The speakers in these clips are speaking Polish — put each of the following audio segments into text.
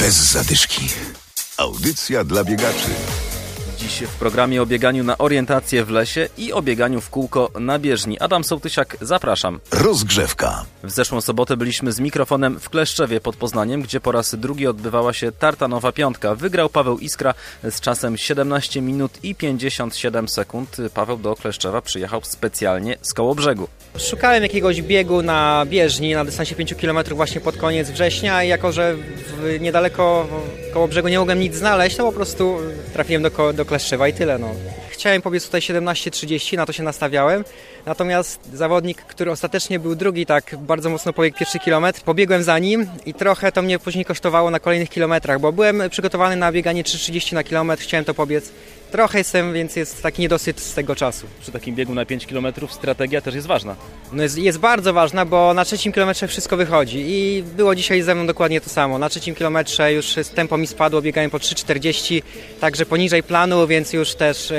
Bez zadyszki. Audycja dla biegaczy. Dziś w programie o bieganiu na orientację w lesie i o bieganiu w kółko na bieżni. Adam Sołtysiak, zapraszam. Rozgrzewka. W zeszłą sobotę byliśmy z mikrofonem w Kleszczewie pod Poznaniem, gdzie po raz drugi odbywała się tartanowa piątka. Wygrał Paweł Iskra z czasem 17 minut i 57 sekund. Paweł do Kleszczewa przyjechał specjalnie z Kołobrzegu. Szukałem jakiegoś biegu na bieżni na dystansie 5 km właśnie pod koniec września i jako, że niedaleko Kołobrzegu nie mogłem nic znaleźć, to po prostu trafiłem do Kleszczewa i tyle. Chciałem pobiec tutaj 17:30, na to się nastawiałem. Natomiast zawodnik, który ostatecznie był drugi, tak bardzo mocno pobiegł pierwszy kilometr, pobiegłem za nim i trochę to mnie później kosztowało na kolejnych kilometrach, bo byłem przygotowany na bieganie 3:30 na kilometr, chciałem to pobiec. Trochę jestem, więc jest taki niedosyt z tego czasu. Przy takim biegu na 5 km strategia też jest ważna. Jest bardzo ważna, bo na 3. kilometrze wszystko wychodzi i było dzisiaj ze mną dokładnie to samo. Na 3. kilometrze już tempo mi spadło, biegałem po 3:40, także poniżej planu, więc już też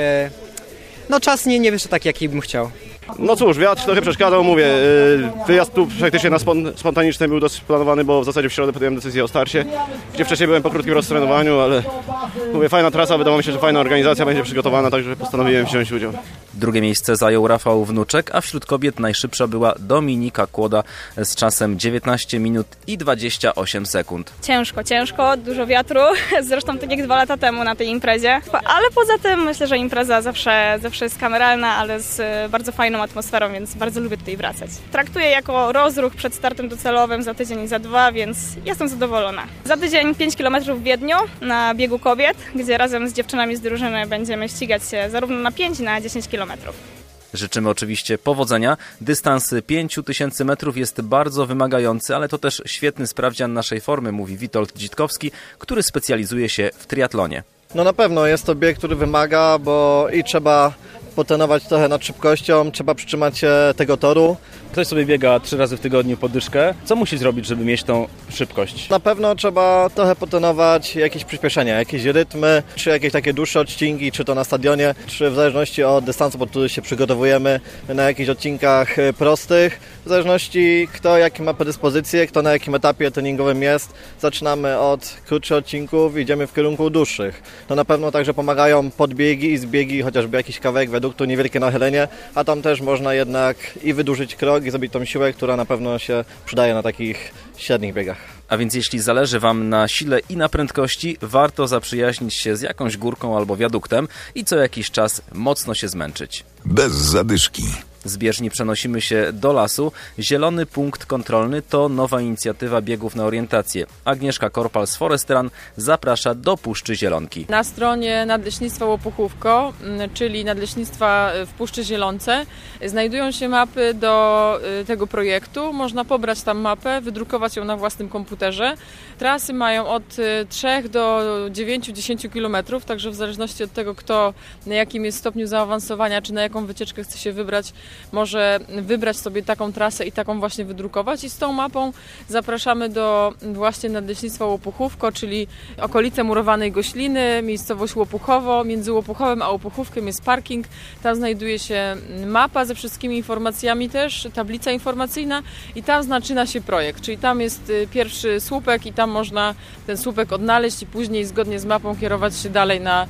czas nie wyszedł taki, jaki bym chciał. No cóż, wiatr trochę przeszkadzał, mówię, wyjazd tu praktycznie na spontaniczny był dosyć planowany, bo w zasadzie w środę podjąłem decyzję o starcie, gdzie wcześniej byłem po krótkim roztrenowaniu, ale mówię, fajna trasa, wydawało mi się, że fajna organizacja będzie przygotowana, także postanowiłem wziąć udział. Drugie miejsce zajął Rafał Wnuczek, a wśród kobiet najszybsza była Dominika Kłoda z czasem 19 minut i 28 sekund. Ciężko, dużo wiatru, zresztą tak jak 2 lata temu na tej imprezie, ale poza tym myślę, że impreza zawsze jest kameralna, ale z bardzo fajną atmosferą, więc bardzo lubię tutaj wracać. Traktuję jako rozruch przed startem docelowym za tydzień i za 2, więc jestem zadowolona. Za tydzień 5 km w Wiedniu na biegu kobiet, gdzie razem z dziewczynami z drużyny będziemy ścigać się zarówno na 5 i na 10 km. Życzymy oczywiście powodzenia. Dystans 5000 metrów jest bardzo wymagający, ale to też świetny sprawdzian naszej formy, mówi Witold Dzitkowski, który specjalizuje się w triatlonie. Na pewno jest to bieg, który wymaga, bo i trzeba potrenować trochę nad szybkością, trzeba przytrzymać się tego toru. Ktoś sobie biega 3 razy w tygodniu poddyszkę. Co musi zrobić, żeby mieć tą szybkość? Na pewno trzeba trochę potrenować jakieś przyspieszenia, jakieś rytmy, czy jakieś takie dłuższe odcinki, czy to na stadionie, czy w zależności od dystansu, pod który się przygotowujemy, na jakichś odcinkach prostych. W zależności kto jakie ma predyspozycje, kto na jakim etapie treningowym jest. Zaczynamy od krótszych odcinków i idziemy w kierunku dłuższych. Na pewno także pomagają podbiegi i zbiegi, chociażby jakiś kawałek wiaduktu, niewielkie nachylenie, a tam też można jednak i wydłużyć krok i zrobić tą siłę, która na pewno się przydaje na takich średnich biegach. A więc jeśli zależy Wam na sile i na prędkości, warto zaprzyjaźnić się z jakąś górką albo wiaduktem i co jakiś czas mocno się zmęczyć. Bez zadyszki. Z bieżni przenosimy się do lasu. Zielony punkt kontrolny to nowa inicjatywa biegów na orientację. Agnieszka Korpal z Forest Run zaprasza do Puszczy Zielonki. Na stronie Nadleśnictwa Łopuchówko, czyli Nadleśnictwa w Puszczy Zielonce, znajdują się mapy do tego projektu. Można pobrać tam mapę, wydrukować ją na własnym komputerze. Trasy mają od 3 do 9-10 km, także w zależności od tego, kto na jakim jest stopniu zaawansowania, czy na jaką wycieczkę chce się wybrać, może wybrać sobie taką trasę i taką właśnie wydrukować. I z tą mapą zapraszamy do właśnie Nadleśnictwa Łopuchówko, czyli okolice Murowanej Gośliny, miejscowość Łopuchowo. Między Łopuchowem a Łopuchówkiem jest parking. Tam znajduje się mapa ze wszystkimi informacjami też, tablica informacyjna i tam zaczyna się projekt. Czyli tam jest pierwszy słupek i tam można ten słupek odnaleźć i później zgodnie z mapą kierować się dalej na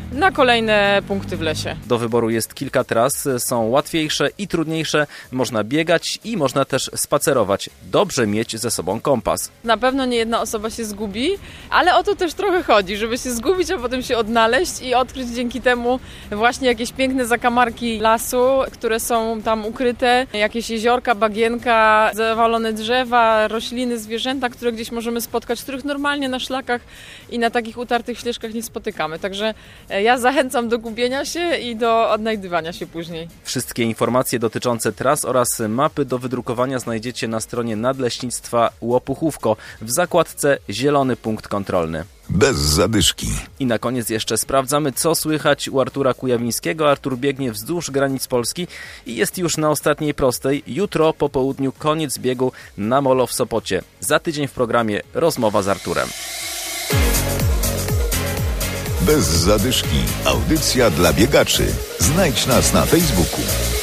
kolejne punkty w lesie. Do wyboru jest kilka tras, są łatwiejsze i trudniejsze, można biegać i można też spacerować. Dobrze mieć ze sobą kompas. Na pewno nie jedna osoba się zgubi, ale o to też trochę chodzi, żeby się zgubić, a potem się odnaleźć i odkryć dzięki temu właśnie jakieś piękne zakamarki lasu, które są tam ukryte, jakieś jeziorka, bagienka, zawalone drzewa, rośliny, zwierzęta, które gdzieś możemy spotkać, których normalnie na szlakach i na takich utartych ścieżkach nie spotykamy. Także ja zachęcam do gubienia się i do odnajdywania się później. Wszystkie informacje dotyczące tras oraz mapy do wydrukowania znajdziecie na stronie Nadleśnictwa Łopuchówko w zakładce Zielony punkt kontrolny. Bez zadyszki. I na koniec jeszcze sprawdzamy, co słychać u Artura Kujawińskiego. Artur biegnie wzdłuż granic Polski i jest już na ostatniej prostej. Jutro po południu koniec biegu na Molo w Sopocie. Za tydzień w programie rozmowa z Arturem. Bez zadyszki. Audycja dla biegaczy. Znajdź nas na Facebooku.